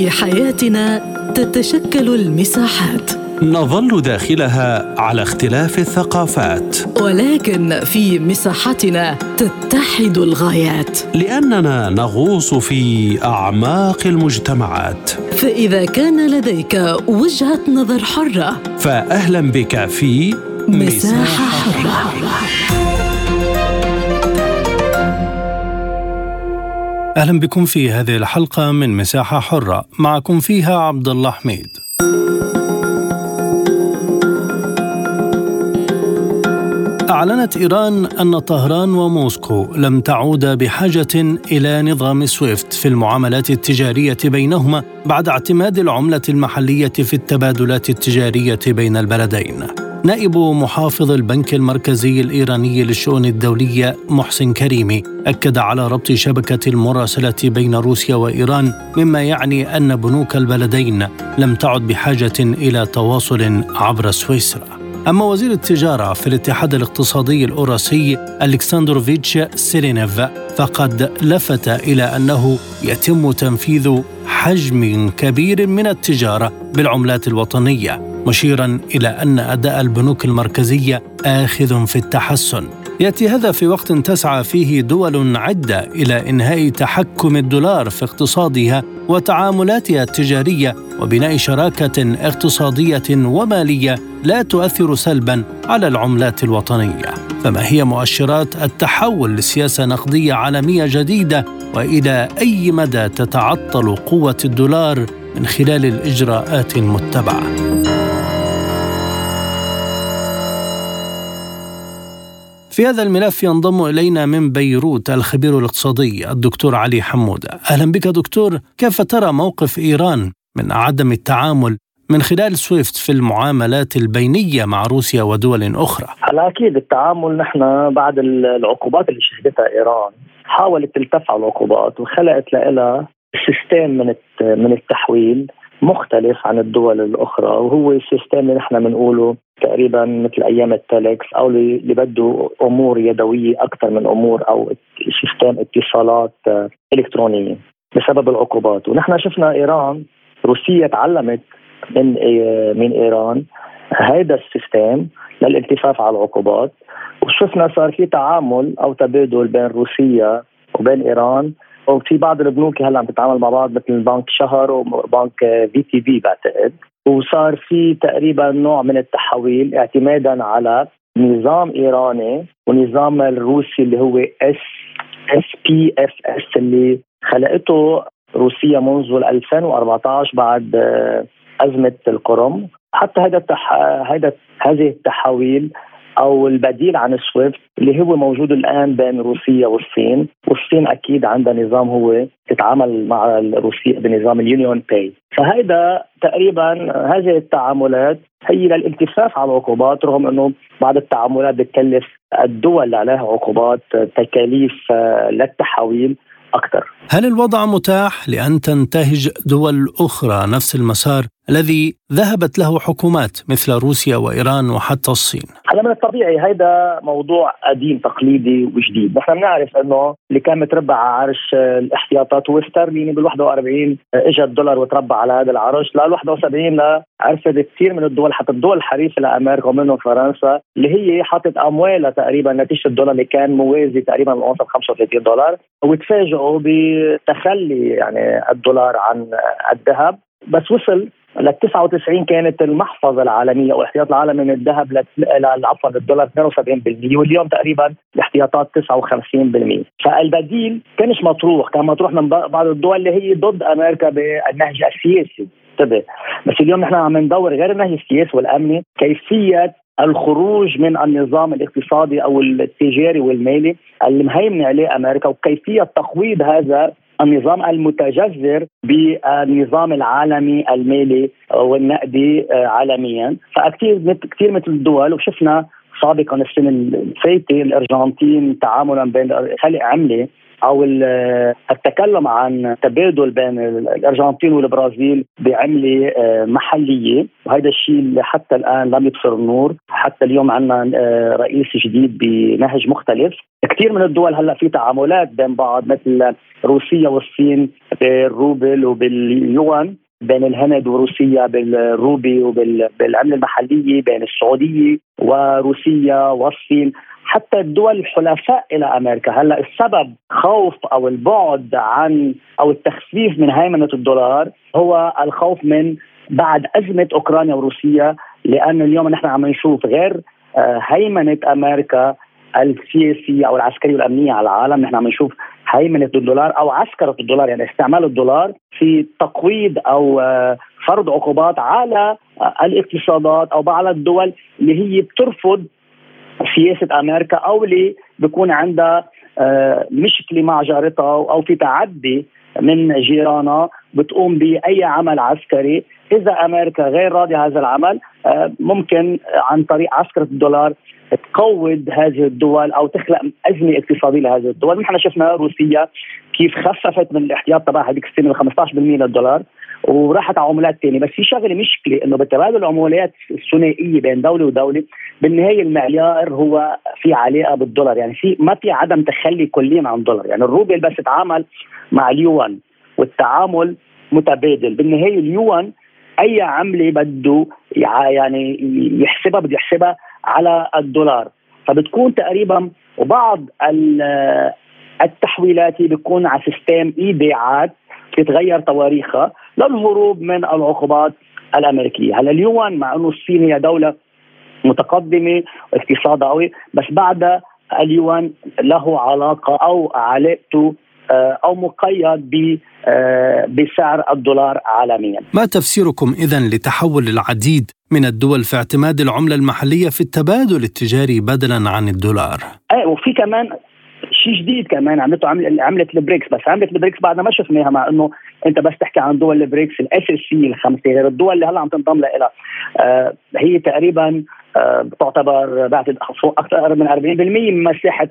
في حياتنا تتشكل المساحات، نظل داخلها على اختلاف الثقافات، ولكن في مساحتنا تتحد الغايات، لأننا نغوص في أعماق المجتمعات. فإذا كان لديك وجهة نظر حرة، فأهلا بك في مساحة حرة. أهلا بكم في هذه الحلقة من مساحة حرة، معكم فيها عبد الله حميد. أعلنت إيران أن طهران وموسكو لم تعودا بحاجة إلى نظام سويفت في المعاملات التجارية بينهما بعد اعتماد العملة المحلية في التبادلات التجارية بين البلدين. نائب محافظ البنك المركزي الإيراني للشؤون الدولية محسن كريمي أكد على ربط شبكة المراسلة بين روسيا وإيران، مما يعني أن بنوك البلدين لم تعد بحاجة إلى تواصل عبر سويسرا. أما وزير التجارة في الاتحاد الاقتصادي الأوراسي ألكسندروفيتش سيرينيف فقد لفت إلى أنه يتم تنفيذ حجم كبير من التجارة بالعملات الوطنية، مشيرا إلى أن أداء البنوك المركزية آخذ في التحسن. يأتي هذا في وقت تسعى فيه دول عدة إلى إنهاء تحكم الدولار في اقتصادها وتعاملاتها التجارية وبناء شراكة اقتصادية ومالية لا تؤثر سلبا على العملات الوطنية. فما هي مؤشرات التحول لسياسة نقدية عالمية جديدة، وإلى أي مدى تتعطل قوة الدولار من خلال الإجراءات المتبعة؟ في هذا الملف ينضم إلينا من بيروت الخبير الاقتصادي الدكتور علي حمودة. أهلا بك دكتور. كيف ترى موقف إيران من عدم التعامل من خلال سويفت في المعاملات البينية مع روسيا ودول أخرى؟ على أكيد التعامل، نحن بعد العقوبات اللي شهدتها إيران حاولت تلتف على العقوبات وخلقت لها سيستم من التحويل مختلف عن الدول الأخرى، وهو السيستم اللي نحن بنقوله تقريبا مثل أيام التلكس، أو اللي بده أمور يدوية أكثر من أمور أو سيستم اتصالات إلكترونية بسبب العقوبات. ونحن شفنا إيران، روسيا تعلمت من إيران هذا السيستم للالتفاف على العقوبات، وشفنا صار في تعامل أو تبادل بين روسيا وبين إيران، وفي بعض البنوك هلا عم تتعامل مع بعض مثل بنك شهر وبنك في بعتقد، وصار في تقريبا نوع من التحويل اعتمادا على نظام إيراني ونظام الروسي اللي هو SPFS اللي خلقته روسيا منذ 2014 بعد أزمة القرم. حتى هذه التحويل أو البديل عن سويفت اللي هو موجود الآن بين روسيا والصين، والصين أكيد عندها نظام هو تتعامل مع روسيا بنظام اليونيون باي. فهذا تقريبا هذه التعاملات هي للالتفاف على العقوبات، رغم أنه بعض التعاملات بتكلف الدول اللي عليها عقوبات تكاليف للتحويل أكثر. هل الوضع متاح لأن تنتهج دول أخرى نفس المسار الذي ذهبت له حكومات مثل روسيا وإيران وحتى الصين؟ هلا من الطبيعي هذا موضوع قديم تقليدي وجديد. نحن بنعرف انه اللي كان متربع على عرش الاحتياطات هو ستيرليني بال41، اجى الدولار وتربع على هذا العرش لل71. عرفت كثير من الدول، حتى الدول الحريفه لامريكا ومنهم فرنسا، اللي هي حاطت اموالها تقريبا نتيجه الدولار اللي كان موازي تقريبا الأونصة $35، وتفاجئوا بتخلي يعني الدولار عن الذهب. بس وصل لل 99 كانت المحفظة العالمية أو الاحتياط العالمي من الذهب عفوا للدولار 72%، واليوم تقريبا الاحتياطات 59%. فالبديل كانش مطروح، كان مطروح من بعض الدول اللي هي ضد أمريكا بالنهج السياسي. بس اليوم نحن عم ندور غير النهج السياسي والأمني، كيفية الخروج من النظام الاقتصادي أو التجاري والمالي اللي مهيمن عليه أمريكا، وكيفية تقويض هذا النظام المتجذر بالنظام العالمي المالي والنقدي عالميا. كثير مثل الدول، وشفنا سابقا السنة الفايتة الأرجنتين تعاملا بين خلق عملة أو التكلم عن تبادل بين الأرجنتين والبرازيل بعملة محلية، وهذا الشيء اللي حتى الآن لم يبصر النور. حتى اليوم عندنا رئيس جديد بنهج مختلف. كثير من الدول هلأ في تعاملات بين بعض مثل روسيا والصين بالروبل وباليوان، بين الهند وروسيا بالروبي وبالعملة المحلية، بين السعودية وروسيا والصين، حتى الدول الحلفاء إلى أمريكا. هلأ السبب خوف أو البعد عن أو التخفيف من هيمنة الدولار هو الخوف من بعد أزمة أوكرانيا وروسيا، لأن اليوم نحن عم نشوف غير هيمنة أمريكا السياسية أو العسكرية والأمنية على العالم، نحن عم نشوف هيمنة الدولار أو عسكرة الدولار، يعني استعمال الدولار في تقويض أو فرض عقوبات على الاقتصادات أو على الدول اللي هي بترفض سياسة أمريكا أو اللي بيكون عندها مشكلة مع جارتها أو في تعدي من جيرانها بتقوم بأي عمل عسكري. إذا أمريكا غير راضية هذا العمل ممكن عن طريق عسكرة الدولار تقوض هذه الدول أو تخلق أزمة اقتصادية لهذه الدول. نحن شفنا روسيا كيف خففت من الاحتياط تبعها هذيك السنة من 15% للدولار وراحت على عملات ثانيه. بس في شغله مشكله انه بتبادل العملات الثنائيه بين دوله ودوله بالنهايه المعيار هو في علاقه بالدولار، يعني ما في عدم تخلي كليا عن الدولار. يعني الروبل بس يتعامل مع اليوان والتعامل متبادل، بالنهايه اليوان اي عمله بده يعني يحسبها بده يحسبها على الدولار، فبتكون تقريبا وبعض التحويلات بتكون على سيستم ايداعات تتغير تواريخها للهروب من العقوبات الامريكيه. هلا اليوان مع انه الصين هي دوله متقدمه اقتصادها قوي، بس بعد اليوان له علاقه او علاقته او مقيد بسعر الدولار عالميا. ما تفسيركم اذن لتحول العديد من الدول في اعتماد العمله المحليه في التبادل التجاري بدلا عن الدولار؟ وفي كمان شيء جديد كمان عملته عملة البريكس، بس عملة البريكس بعدنا ما شفناها، مع انه انت بس تحكي عن دول البريكس الاساسية الخمسة غير الدول اللي هلا عم تنضم لها هي تقريبا تعتبر بعد اكثر من 40% من مساحة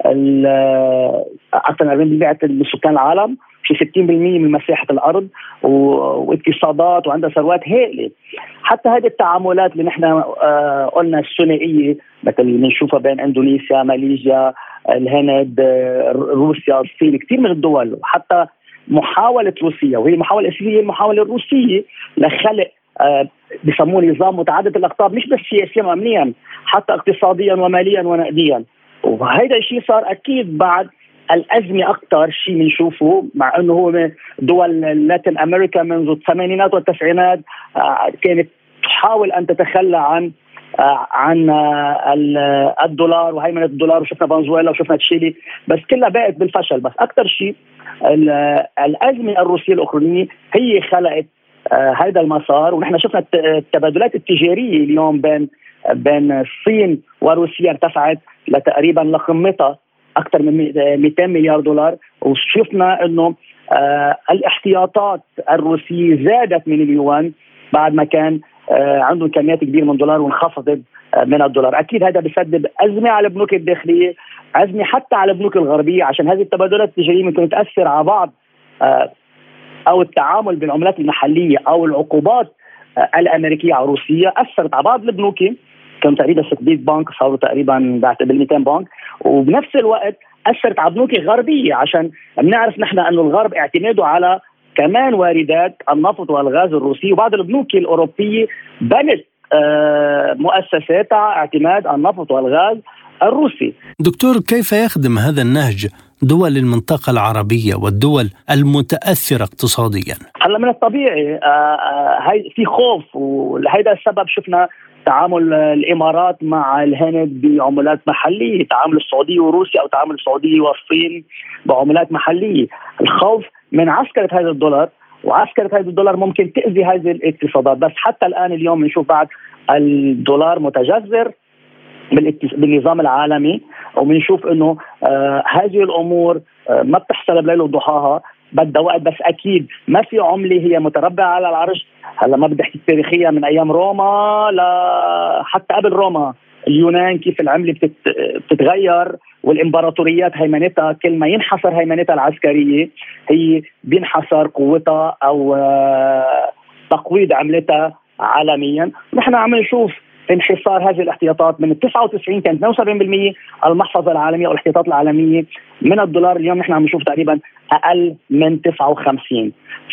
اكثر من 40% من سكان العالم، في 60% من مساحة الارض واقتصادات وعندها ثروات هائلة. حتى هذه التعاملات اللي نحن قلنا الثنائية مثل اللي بنشوفها بين اندونيسيا، ماليزيا، الهند، روسيا، الصين، كثير من الدول، وحتى محاولة روسيا وهي المحاولة الأساسية هي المحاولة الروسية لخلق بيسموه نظام متعدد الأقطاب، مش بس سياسيا وأمنيا حتى اقتصاديا وماليا ونقديا. وهذا الشيء صار أكيد بعد الأزمة أكثر شيء بنشوفه، مع أنه هو دول لاتين أمريكا منذ الثمانينات والتسعينات كانت تحاول أن تتخلى عن الدولار وهيمنة الدولار، وشفنا فنزويلا وشفنا تشيلي، بس كلها باءت بالفشل. بس أكثر شيء الأزمة الروسية الأوكرانية هي خلقت هذا المسار. ونحن شفنا التبادلات التجارية اليوم بين الصين وروسيا ارتفعت لتقريبا لقمتها أكثر من 200 مليار دولار، وشفنا أنه الاحتياطات الروسية زادت من اليوان بعد ما كان عندهم كميات كبيرة من الدولار وانخفضت من الدولار. أكيد هذا بيسبب أزمة على البنوك الداخلية، أزمة حتى على البنوك الغربية، عشان هذه التبادلات التجارية ممكن تأثر على بعض أو التعامل بالعملات المحلية أو العقوبات الأمريكية على روسيا أثرت على بعض البنوك، كانوا تقريبا 600 بنك صاروا تقريبا بعتبر 200 بنك، وبنفس الوقت أثرت على البنوك الغربية، عشان بنعرف نحن أنه الغرب اعتماده على كمان واردات النفط والغاز الروسي، وبعض البنوك الأوروبية بنت مؤسساتها اعتماد النفط والغاز الروسي. دكتور، كيف يخدم هذا النهج دول المنطقة العربية والدول المتأثرة اقتصاديا؟ هلا من الطبيعي في خوف، ولهذا السبب شفنا تعامل الإمارات مع الهند بعملات محلية، تعامل السعودية وروسيا أو تعامل السعودية والصين بعملات محلية. الخوف من عسكرة هذا الدولار، وعسكرة هذا الدولار ممكن تأذي هذه الاقتصادات. بس حتى الآن اليوم نشوف بعد الدولار متجذر بالنظام العالمي، وبنشوف انه هذه الامور ما بتحصل بليل وضحاها، بدها وقت. بس اكيد ما في عمله هي متربعه على العرش. هلا ما بدي احكي تاريخيا من ايام روما حتى قبل روما، اليونان كيف العمله بتتغير، والامبراطوريات هيمنتها كل ما ينحصر هيمنتها العسكريه هي بينحصر قوتها او تقويض عملتها عالميا. نحن عم نشوف انحصار هذه الاحتياطات من 99 كانت 72% المحفظه العالميه او الاحتياطات العالميه من الدولار، اليوم نحن عم نشوف تقريبا أقل من 59.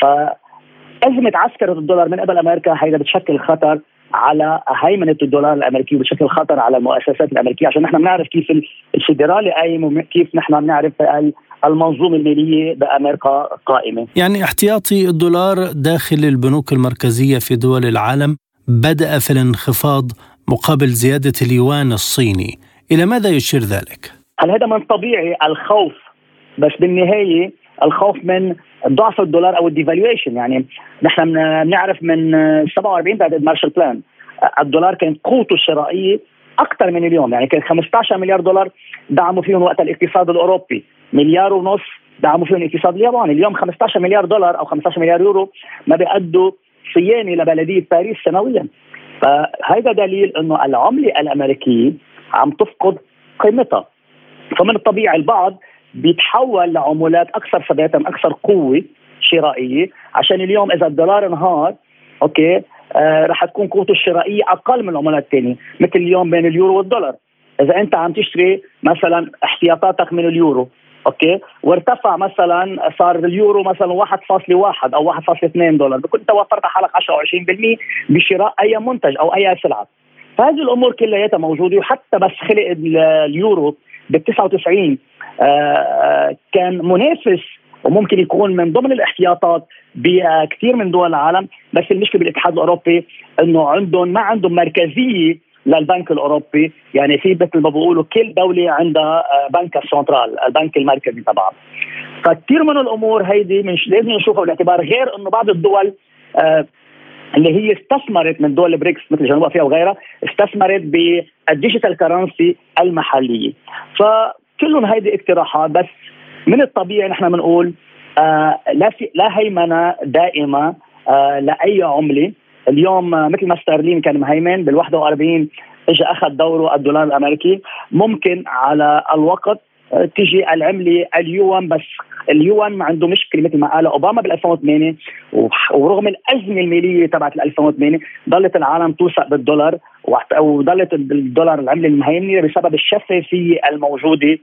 فأزمة عسكرة الدولار من قبل أمريكا هيدا بتشكل خطر على هيمنة الدولار الأمريكي، وبشكل خطر على المؤسسات الأمريكية، عشان نحن بنعرف كيف الفيدرالي قايم، كيف نحن بنعرف المنظومة المالية بأمريكا قائمة. يعني احتياطي الدولار داخل البنوك المركزية في دول العالم بدأ في الانخفاض مقابل زيادة اليوان الصيني، إلى ماذا يشير ذلك؟ هل هذا من طبيعي الخوف، بس بالنهاية الخوف من ضعف الدولار أو الديفالويشن. يعني نحن بنعرف من 47 بعد مارشال بلان الدولار كانت قوته الشرائية أكثر من اليوم، يعني كان 15 مليار دولار دعموا فيهم وقت الاقتصاد الأوروبي، 1.5 مليار دعموا فيهم الاقتصاد الياباني. اليوم 15 مليار دولار أو 15 مليار يورو ما بيأدوا صيانة لبلدية باريس سنويا. فهذا دليل أنه العملة الأمريكية عم تفقد قيمتها. فمن الطبيعي البعض بيتحول لعملات أكثر ثباتا، أكثر قوة شرائية، عشان اليوم إذا الدولار انهار أوكي رح تكون قوته الشرائية أقل من العملات الثانية، مثل اليوم بين اليورو والدولار. إذا أنت عم تشتري مثلا احتياطاتك من اليورو أوكي وارتفع مثلا صار اليورو مثلا 1.1 أو 1.2 دولار، بكون أنت وفرت حالك 10 أو 20% بشراء أي منتج أو أي سلعة. فهذه الأمور كلها موجودة. وحتى بس خلق اليورو بال99 كان منافس وممكن يكون من ضمن الاحتياطات بكثير من دول العالم، بس المشكلة بالاتحاد الأوروبي أنه ما عندهم مركزية للبنك الأوروبي. يعني في مثل ما بقولوا كل دولة عندها بنك السنترال، البنك المركزي تبعها. فكثير من الأمور هيدي مش لازم نشوفها بالاعتبار، غير أنه بعض الدول اللي هي استثمرت من دول البريكس مثل جنوب أفريقيا وغيرها استثمرت بالديجيتال كرنسي المحلية. فكلهم هيدي اقتراحات، بس من الطبيعي نحن بنقول لا هيمنة دائمة لأي عملة. اليوم مثل ما ستارلين كان مهيمن بال41 اجى أخذ دوره الدولار الأمريكي، ممكن على الوقت تيجي العملة اليوان، بس اليوان عنده مشكلة مثل ما قال أوباما بال2008، ورغم الأزمة المالية تبعت 2008 ضلت العالم توثق بالدولار، وضلت الدولار العملة المهيمنة بسبب الشفافية الموجودة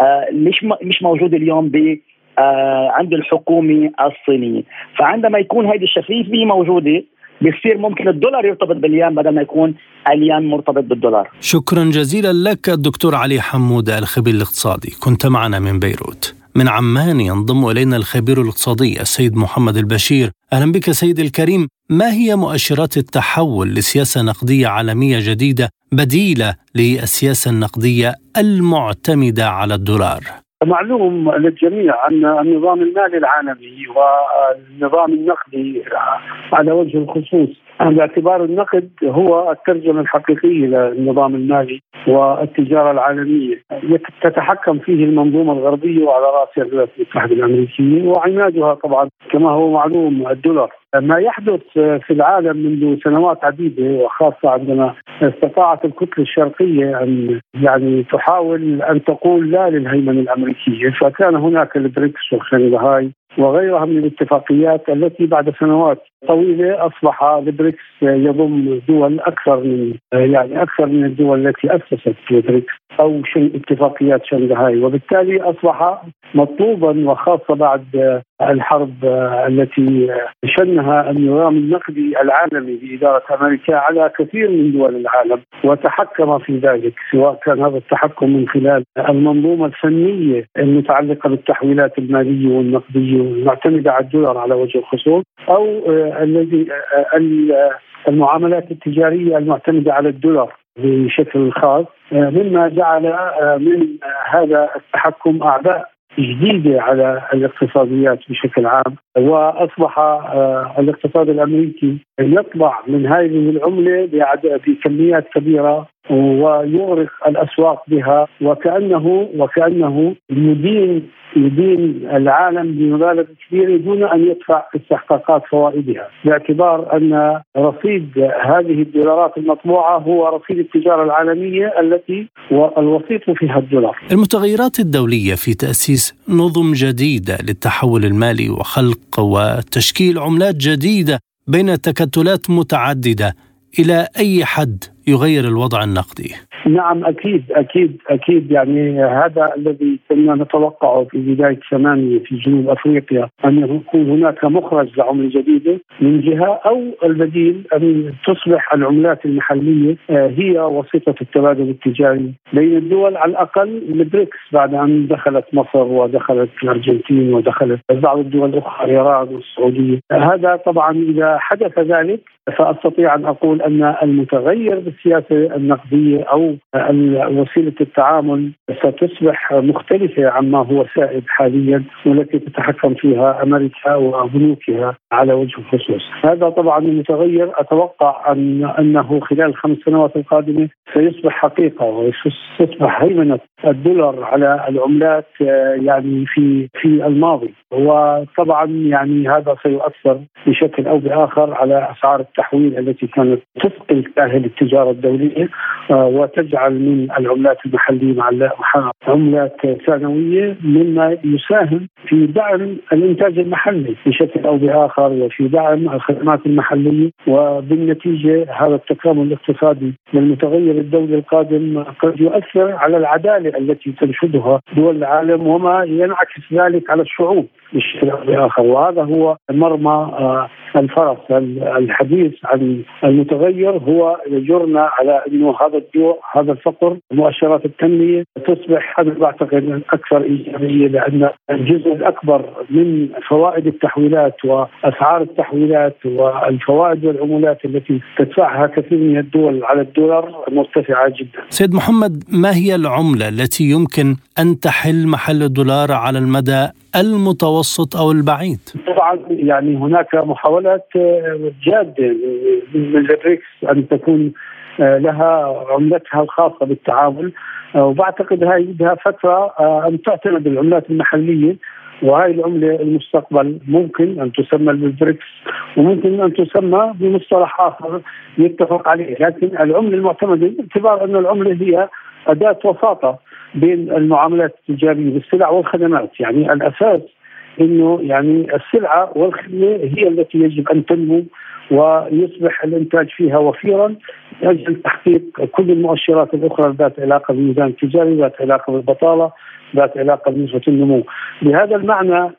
مش موجودة اليوم عند الحكومة الصينية. فعندما يكون هذه الشفافية موجودة بيصير ممكن الدولار يرتبط باليان بدل ما يكون اليان مرتبط بالدولار. شكرا جزيلا لك الدكتور علي حمودة الخبير الاقتصادي، كنت معنا من بيروت. من عمان ينضم إلينا الخبير الاقتصادي السيد محمد البشير. أهلا بك سيد الكريم. ما هي مؤشرات التحول لسياسة نقدية عالمية جديدة بديلة للسياسة النقدية المعتمدة على الدولار؟ معلوم للجميع أن النظام المالي العالمي والنظام النقدي على وجه الخصوص، باعتبار النقد هو الترجمة الحقيقية للنظام المالي والتجارة العالمية، تتحكم فيه المنظومة الغربية وعلى رأسها الولايات المتحدة الأمريكية، وعمادها طبعا كما هو معلوم الدولار. ما يحدث في العالم منذ سنوات عديدة، وخاصة عندما استطاعت الكتلة الشرقية أن يعني تحاول أن تقول لا للهيمنة الأمريكية، فكان هناك البريكس والشنغهاي وغيرها من الاتفاقيات التي بعد سنوات طويلة أصبح البريكس يضم دول أكثر من الدول التي أسست البريكس أو اتفاقيات شنغهاي، وبالتالي أصبح مطلوبا، وخاصة بعد الحرب التي شنها النظام النقدي العالمي بإدارة أمريكا على كثير من دول العالم وتحكم في ذلك، سواء كان هذا التحكم من خلال المنظومة الفنية المتعلقة بالتحويلات المالية والنقدية المعتمدة على الدولار على وجه الخصوص، أو المعاملات التجارية المعتمدة على الدولار بشكل خاص، مما جعل من هذا التحكم أعباء جديدة على الاقتصاديات بشكل عام، وأصبح الاقتصاد الأمريكي يطبع من هذه العملة بكميات كبيرة ويغرق الأسواق بها، وكأنه يدين العالم بمبالغ كبيرة دون أن يدفع استحقاقات فوائدها، باعتبار أن رصيد هذه الدولارات المطبوعة هو رصيد التجارة العالمية التي والوسيط فيها الدولار. المتغيرات الدولية في تأسيس نظم جديدة للتحول المالي وخلق وتشكيل عملات جديدة بين تكتلات متعددة، إلى أي حد يغير الوضع النقدي؟ نعم أكيد يعني هذا الذي كنا نتوقعه في بداية 8 في جنوب أفريقيا، أن يكون هناك مخرج لعملة جديدة من جهة، أو البديل أن تصبح العملات المحلية هي وسيلة التبادل التجاري بين الدول، على الأقل البريكس بعد أن دخلت مصر ودخلت الأرجنتين ودخلت بعض الدول الأخرى إيران والسعودية. هذا طبعا إذا حدث ذلك فأستطيع أن أقول أن المتغير بالسياسة النقدية أو وسيلة التعامل ستصبح مختلفة عما هو سائد حاليا، والتي تتحكم فيها أمريكا وبنوكها على وجه الخصوص. هذا طبعا المتغير أتوقع أنه خلال 5 سنوات القادمة سيصبح حقيقة، وستصبح هيمنة الدولار على العملات يعني في الماضي. وطبعا يعني هذا سيؤثر بشكل أو بآخر على أسعار التحويل التي كانت تثقل كاهل التجارة الدولية وتجعل من العملات المحلية مع عملات ثانوية، مما يساهم في دعم الإنتاج المحلي بشكل أو بآخر وفي دعم الخدمات المحلية. وبالنتيجة هذا التكامل الاقتصادي للمتغير الدولي القادم قد يؤثر على العدالة التي تنشدها دول العالم، وما ينعكس ذلك على الشعوب بشكل أو بآخر. وهذا هو مرمى الفرس. الحديث عن المتغير هو يجرنا على أنه هذا الجوع، هذا الفقر، مؤشرات التنمية تصبح أنا بعتقد أكثر إيجابية، لأن الجزء الأكبر من فوائد التحويلات وأسعار التحويلات والفوائد والعمولات التي تدفعها كثير من الدول على الدولار مرتفعة جدا. سيد محمد، ما هي العملة التي يمكن أن تحل محل الدولار على المدى المتوسط أو البعيد؟ طبعا يعني هناك محاولات جادة من البريكس أن تكون لها عملتها الخاصة بالتعامل، وبعتقد هاي بدها فترة أن تعتمد العملات المحلية. وهي العملة المستقبل ممكن أن تسمى بالبريكس، وممكن أن تسمى بمصطلح آخر يتفق عليه، لكن العملة المعتمدة باعتبار أن العملة هي أداة وساطة بين المعاملات التجارية بالسلع والخدمات. يعني الأساس إنه يعني السلعة والخدمة هي التي يجب أن تنمو ويصبح الإنتاج فيها وفيرا لأجل تحقيق كل المؤشرات الأخرى ذات علاقة بالميزان التجاري، ذات علاقة بالبطالة، ذات علاقة بنسبة النمو. بهذا المعنى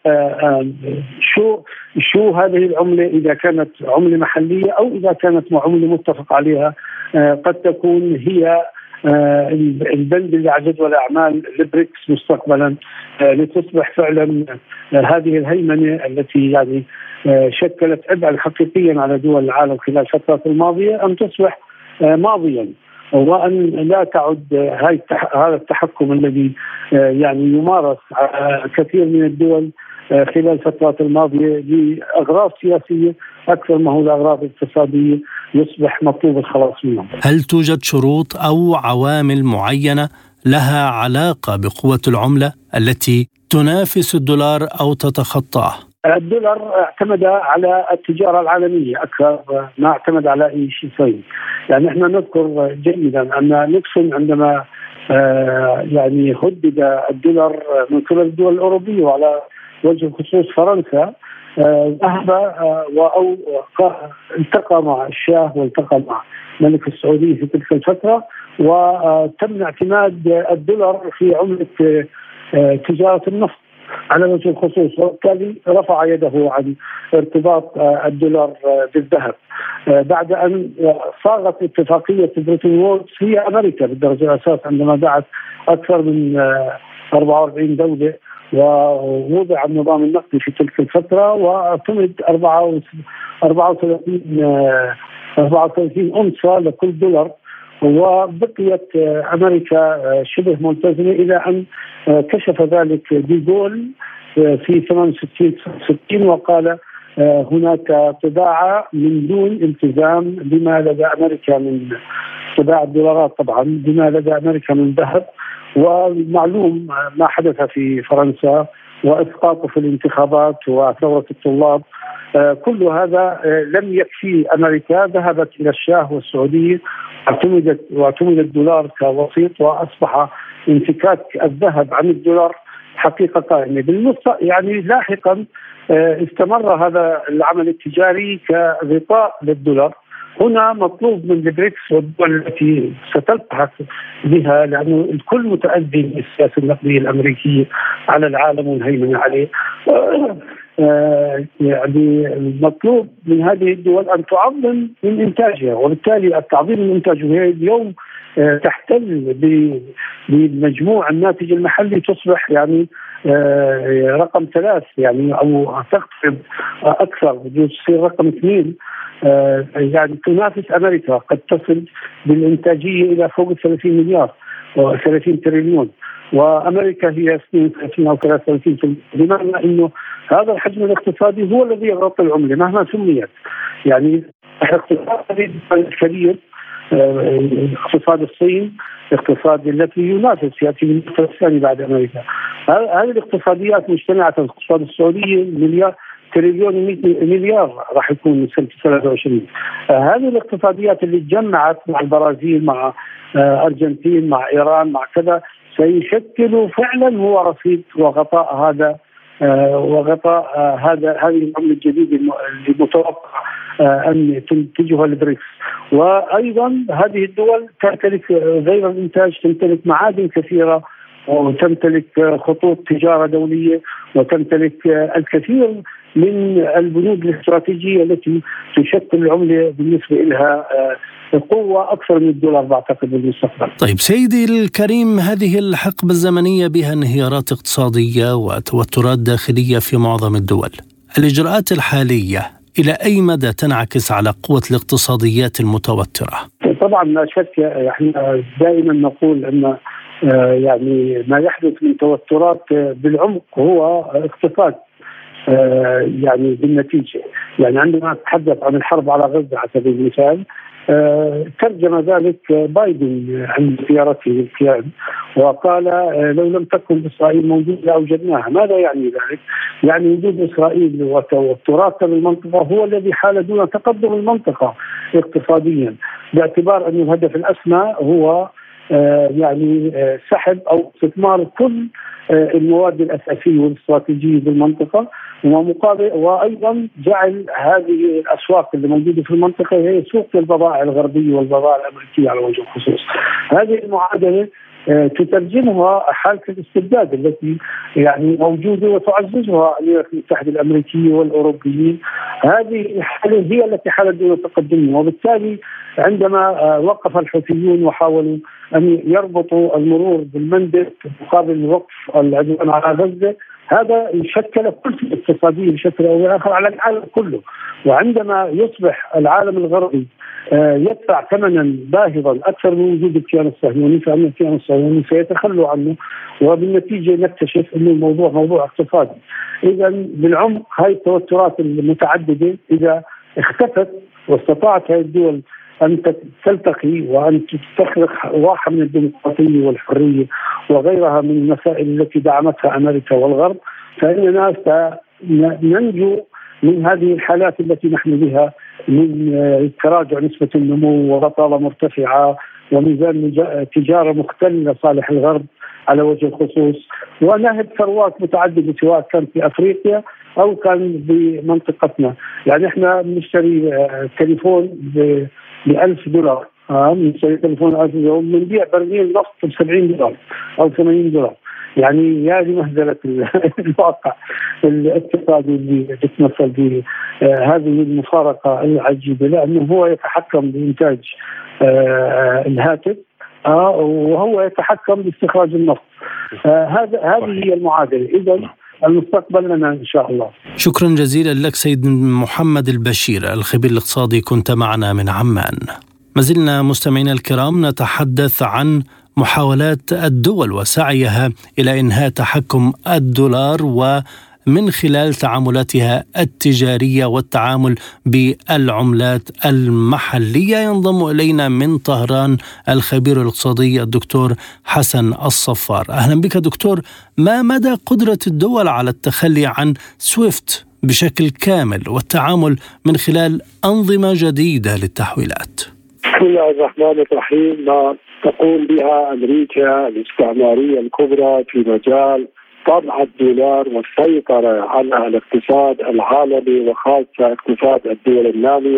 شو هذه العملة إذا كانت عملة محلية أو إذا كانت عملة متفق عليها، قد تكون هي البند اللي على جدول أعمال البريكس مستقبلا، لتصبح فعلا هذه الهيمنة التي يعني شكلت عبئا حقيقيا على دول العالم خلال الفترات الماضية أن تصبح ماضيا، وأن لا تعد هذا التحكم الذي يعني يمارس كثير من الدول خلال الفترات الماضية لأغراض سياسية أكثر ما هو لأغراض اقتصادية يصبح مطلوب الخلاص منهم. هل توجد شروط أو عوامل معينة لها علاقة بقوة العملة التي تنافس الدولار أو تتخطاه؟ الدولار اعتمد على التجارة العالمية أكثر ما اعتمد على أي شيء ثاني. يعني احنا نذكر جيدا أن نيكسون عندما يعني هدد الدولار من قبل الدول الأوروبية وعلى وجه الخصوص فرنسا، ذهب أو التقى مع الشاه والتقى مع ملك السعودية في تلك الفترة، وتم اعتماد الدولار في عملة تجارة النفط على وجه الخصوص، وبالتالي رفع يده عن ارتباط الدولار بالذهب. بعد أن صاغت اتفاقية بريتون وودز هي أمريكا بالدرجة الأساس عندما دعت أكثر من 44 دولة، ووضع النظام النقدي في تلك الفترة، واعتمد 34 أونصة لكل دولار، وبقيت أمريكا شبه ملتزمة إلى أن كشف ذلك ديغول في 68 وقال هناك طباعة من دون التزام بما لدى أمريكا من طباعة الدولارات، طبعا بما لدى أمريكا من ذهب. ومعلوم ما حدث في فرنسا وإسقاطه في الانتخابات وثورة الطلاب، كل هذا لم يكفي أمريكا، ذهبت إلى الشاه والسعودية واعتمد الدولار كوسيط، وأصبح انفكاك الذهب عن الدولار حقيقة قائمة. يعني لاحقا استمر هذا العمل التجاري كغطاء للدولار، هنا مطلوب من البريكس والدول التي ستلتحق بها، لأنه الكل متأذي بالسياسة النقدية الأمريكية على العالم والهيمنة عليه. يعني المطلوب من هذه الدول أن تعظم من إنتاجها، وبالتالي التعظيم من إنتاجها هي اليوم تحتل بمجموع الناتج المحلي، تصبح يعني رقم 3 يعني أو تقترب أكثر، بجوز تصير رقم 2. يعني تنافس أمريكا، قد تصل بالإنتاجية إلى فوق 30 مليار و30 تريليون، وأمريكا هي 32 أو 33. بمعنى أنه هذا الحجم الاقتصادي هو الذي يغطي العملة مهما سميت. يعني الاقتصاد الكبير، اقتصاد الصين، اقتصاد التي ينافس يأتي من الثاني بعد أمريكا. هذه الاقتصاديات مجتمعة، الاقتصاد السعودي مليار تريليون مليار راح يكون سنة 23. هذه الاقتصاديات اللي تجمعت مع البرازيل، مع أرجنتين، مع إيران، مع كذا، سيشكل فعلا هو رصيد وغطاء هذا هذه العملة الجديدة المتوقع أن تنتجها البريكس. وأيضا هذه الدول تمتلك غير الإنتاج، تمتلك معادن كثيرة، وتمتلك خطوط تجارة دولية، وتمتلك الكثير من البنود الاستراتيجية التي تشكل العملة بالنسبة لها قوة أكثر من الدولار بعتقد بالمستقبل. طيب سيدي الكريم، هذه الحقبة الزمنية بها انهيارات اقتصادية وتوترات داخلية في معظم الدول، الإجراءات الحالية إلى أي مدى تنعكس على قوة الاقتصاديات المتوترة؟ طبعا لا شك، احنا دائما نقول أن يعني ما يحدث من توترات بالعمق هو اقتصاد. يعني بالنتيجة، يعني عندما نتحدث عن الحرب على غزة على سبيل المثال، ترجم ذلك بايدن عند زيارته للكيان وقال لو لم تكن إسرائيل موجودة لأوجدناها. ماذا يعني ذلك؟ يعني وجود إسرائيل وتوتراتها بالمنطقة هو الذي حال دون تقدم المنطقة اقتصاديا، باعتبار أن الهدف الأسمى هو يعني سحب أو استثمار كل المواد الأساسية والاستراتيجية بالمنطقة، وأيضا جعل هذه الأسواق اللي موجودة في المنطقة هي سوق البضائع الغربية والبضائع الأمريكية على وجه الخصوص. هذه المعادلة تترجمها حالة الاستبداد التي يعني موجودة وتعززها الولايات المتحدة الأمريكية والأوروبيين. هذه الحالة هي التي حالت دون تقدمها، وبالتالي عندما وقف الحوثيون وحاولوا أن يربطوا المرور بالمندب مقابل وقف العدوان على غزة، هذا يشكل كلفة اقتصادية بشكل أو بآخر على العالم كله. وعندما يصبح العالم الغربي يدفع ثمنا باهظا أكثر من وجود الكيان الصهيوني، فإن الكيان الصهيوني سيتخلوا عنه، وبالنتيجة نكتشف أن الموضوع موضوع اقتصادي. إذا بالعمق هاي التوترات المتعددة إذا اختفت واستطاعت هذه الدول أن تلتقي وأن تستخرج واحة من الديمقراطية والحرية وغيرها من المسائل التي دعمتها أمريكا والغرب، فإننا ننجو من هذه الحالات التي نحن بها من تراجع نسبة النمو وبطالة مرتفعة وميزان تجارة مختل لصالح الغرب على وجه الخصوص، ونهب ثروات متعددة سواء كان في أفريقيا أو كان بمنطقتنا. يعني احنا بنشتري تليفون $1000، نشتري تليفون بنبيع برميل نفط $70 أو $80. يعني هذه مهزلة الواقع الاقتصادي اللي تتمثل به هذه المفارقة العجيبة، لأنه هو يتحكم بإنتاج الهاتف وهو يتحكم باستخراج النفط. هذه هي المعادلة. إذن المستقبل لنا إن شاء الله. شكرا جزيلا لك سيد محمد البشير، الخبير الاقتصادي، كنت معنا من عمان. ما زلنا مستمعينا الكرام نتحدث عن محاولات الدول وسعيها إلى إنهاء تحكم الدولار ومن خلال تعاملاتها التجارية والتعامل بالعملات المحلية. ينضم إلينا من طهران الخبير الاقتصادي الدكتور حسن الصفار. أهلا بك دكتور. ما مدى قدرة الدول على التخلي عن سويفت بشكل كامل والتعامل من خلال أنظمة جديدة للتحويلات؟ بسم الله الرحمن الرحيم. ما تقوم بها أمريكا الاستعمارية الكبرى في مجال طبع الدولار والسيطرة على الاقتصاد العالمي وخاصة اقتصاد الدول النامية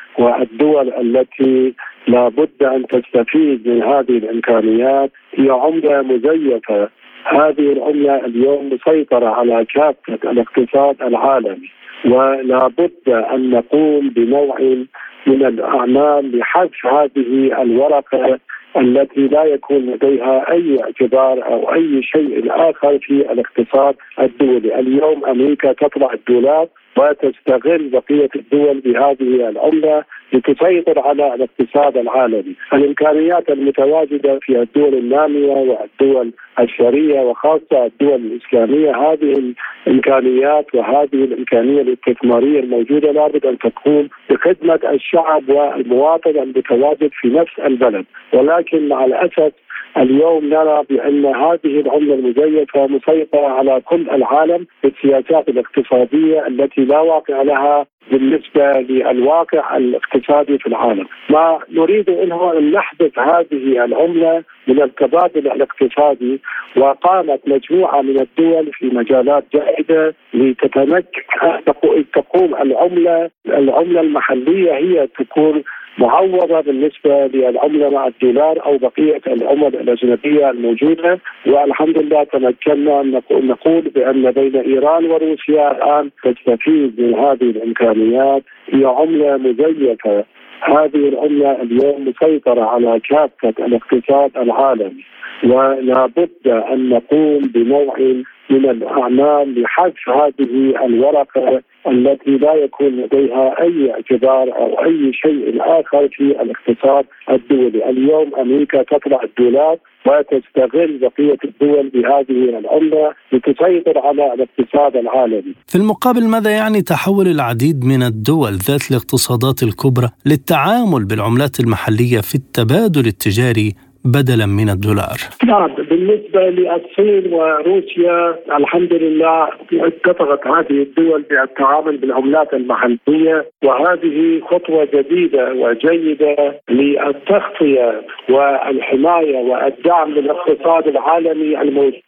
والدول التي لا بد أن تستفيد من هذه الإمكانيات هي عملة مزيفة. هذه العملة اليوم مسيطرة على كافة الاقتصاد العالمي، ولا بد أن نقوم بنوع من الأعمال لحذف هذه الورقة التي لا يكون لديها أي اعتبار أو أي شيء آخر في الاقتصاد الدولي. اليوم أمريكا تطلع الدولار وتستغل بقية الدول بهذه العملة لتسيطر على الاقتصاد العالمي. الإمكانيات المتواجدة في الدول النامية والدول الشرقية وخاصة الدول الإسلامية، هذه الإمكانيات وهذه الإمكانية الاستثمارية الموجودة لابد أن تقوم بخدمة الشعب والمواطن المتواجد في نفس البلد. ولكن مع الأسف اليوم نرى بأن هذه العملة المزيفة مسيطرة على كل العالم بالسياسات الاقتصادية التي لا واقع لها بالنسبة للواقع الاقتصادي في العالم. ما نريد أن نحذف هذه العملة من التبادل الاقتصادي، وقامت مجموعة من الدول في مجالات جيدة تقوم العملة المحلية هي تكون معوضة بالنسبة للعملة مع الدولار أو بقية العمل الأجنبية الموجودة. والحمد لله تمكنا أن نقول بأن بين إيران وروسيا الآن تستفيد من هذه الإمكانيات. هي عملة مزيفة. هذه العملة اليوم مسيطرة على كافة الاقتصاد العالمي، ولا بد أن نقوم بنوع من الأعمال لحذف هذه الورقة التي لا يكون لديها أي اعتبار أو أي شيء آخر في الاقتصاد الدولي. اليوم أمريكا تطلع الدولار وتستغل بقية الدول بهذه العملة لتسيطر على الاقتصاد العالمي. في المقابل ماذا يعني تحول العديد من الدول ذات الاقتصادات الكبرى للتعامل بالعملات المحلية في التبادل التجاري بدلا من الدولار؟ نعم، بالنسبة للصين وروسيا الحمد لله اتفقت هذه الدول بالتعامل بالعملات المحلية، وهذه خطوة جديدة وجيدة للتغطية والحماية والدعم للاقتصاد العالمي الموجود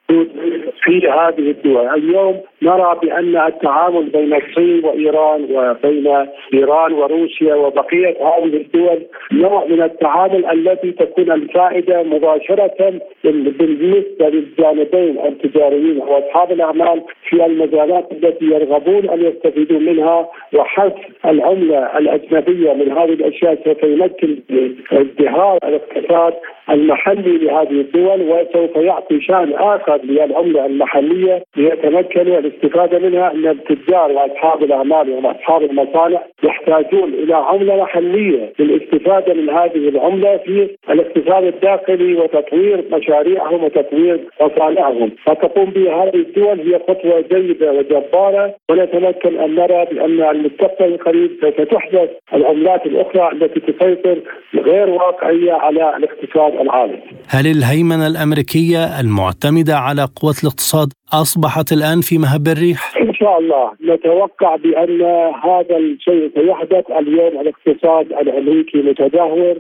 في هذه الدول. اليوم نرى بأن التعامل بين الصين وإيران وبين إيران وروسيا وبقية هذه الدول نوع من التعامل الذي تكون الفائدة مباشرة بالنسبة للجانبين التجاريين وأصحاب الأعمال في المجالات التي يرغبون أن يستفيدوا منها، وحذف العملة الأجنبية من هذه الأشياء سوف يمكن ازدهار الاقتصاد المحلي لهذه الدول، وسوف يعطي شأن آخر للعملة المحلية ليتمكنوا الاستفادة منها. أن التجار وأصحاب الأعمال وأصحاب المصانع يحتاجون إلى عملة محلية للاستفادة من هذه العملة في الاقتصاد الداخلي وتطوير مشاريعهم وتطوير مصانعهم. فتقوم بها هذه الدول هي خطوة جيدة وجبارة، ونتمكن أن نرى بأن المستقبل القريب سوف تحدث العملات الأخرى التي تسيطر غير واقعية على الاقتصاد العالمي. هل الهيمنة الأمريكية المعتمدة على قوة الاقتصاد أصبحت الآن في مهب الريح؟ إن شاء الله نتوقع بأن هذا الشيء سيحدث. اليوم الاقتصاد الأمريكي متدهور،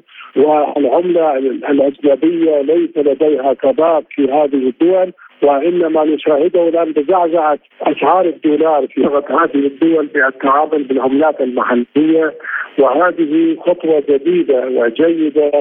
والعملة الأجنبية ليس لديها ثبات في هذه الدول، وإنما نشاهده الآن بزعزعة أسعار الدولار في هذه الدول بالتعامل بالعملات المحلية. وهذه خطوة جديدة وجيدة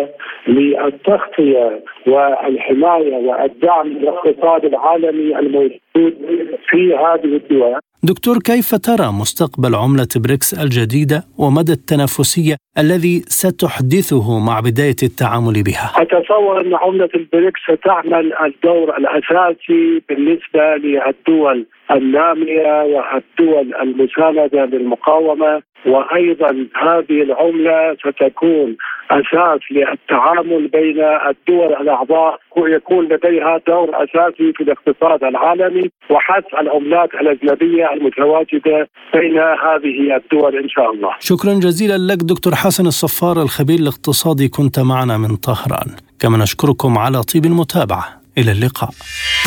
للتغطية والحماية والدعم للاقتصاد العالمي الموجود في هذه الدول. دكتور، كيف ترى مستقبل عملة بريكس الجديدة ومدى التنافسية الذي ستحدثه مع بداية التعامل بها؟ أتصور أن عملة البريكس ستعمل الدور الأساسي بالنسبة للدول النامية والدول المساندة للمقاومة، وأيضا هذه العملة ستكون أساس للتعامل بين الدول الأعضاء، ويكون لديها دور أساسي في الاقتصاد العالمي وحذف العملات الأجنبية المتواجدة بين هذه الدول إن شاء الله. شكرا جزيلا لك دكتور حسن الصفار الخبير الاقتصادي، كنت معنا من طهران. كما نشكركم على طيب المتابعة. إلى اللقاء.